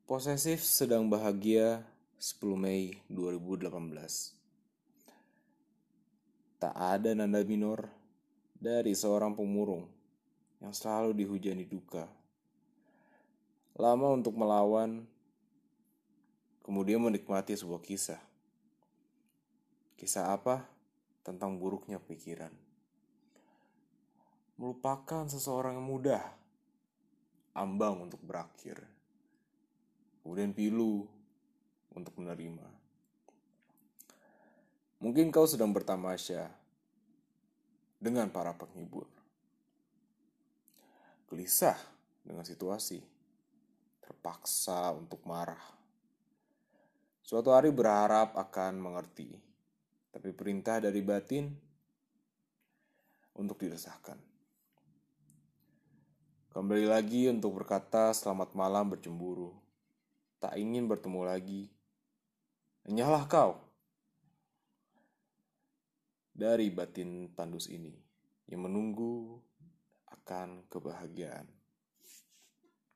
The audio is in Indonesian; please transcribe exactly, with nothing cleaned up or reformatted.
Posesif sedang bahagia sepuluh Mei dua ribu delapan belas. Tak ada nada minor dari seorang pemurung yang selalu dihujani duka. Lama untuk melawan, kemudian menikmati sebuah kisah. Kisah apa? Tentang buruknya pikiran. Melupakan seseorang yang mudah, ambang untuk berakhir. Kemudian pilu untuk menerima. Mungkin kau sedang bertamasya dengan para penghibur. Gelisah dengan situasi. Terpaksa untuk marah. Suatu hari berharap akan mengerti. Tapi perintah dari batin untuk diresahkan. Kembali lagi untuk berkata selamat malam bercemburu. Tak ingin bertemu lagi. Hanyalah kau. Dari batin tandus ini yang menunggu akan kebahagiaan.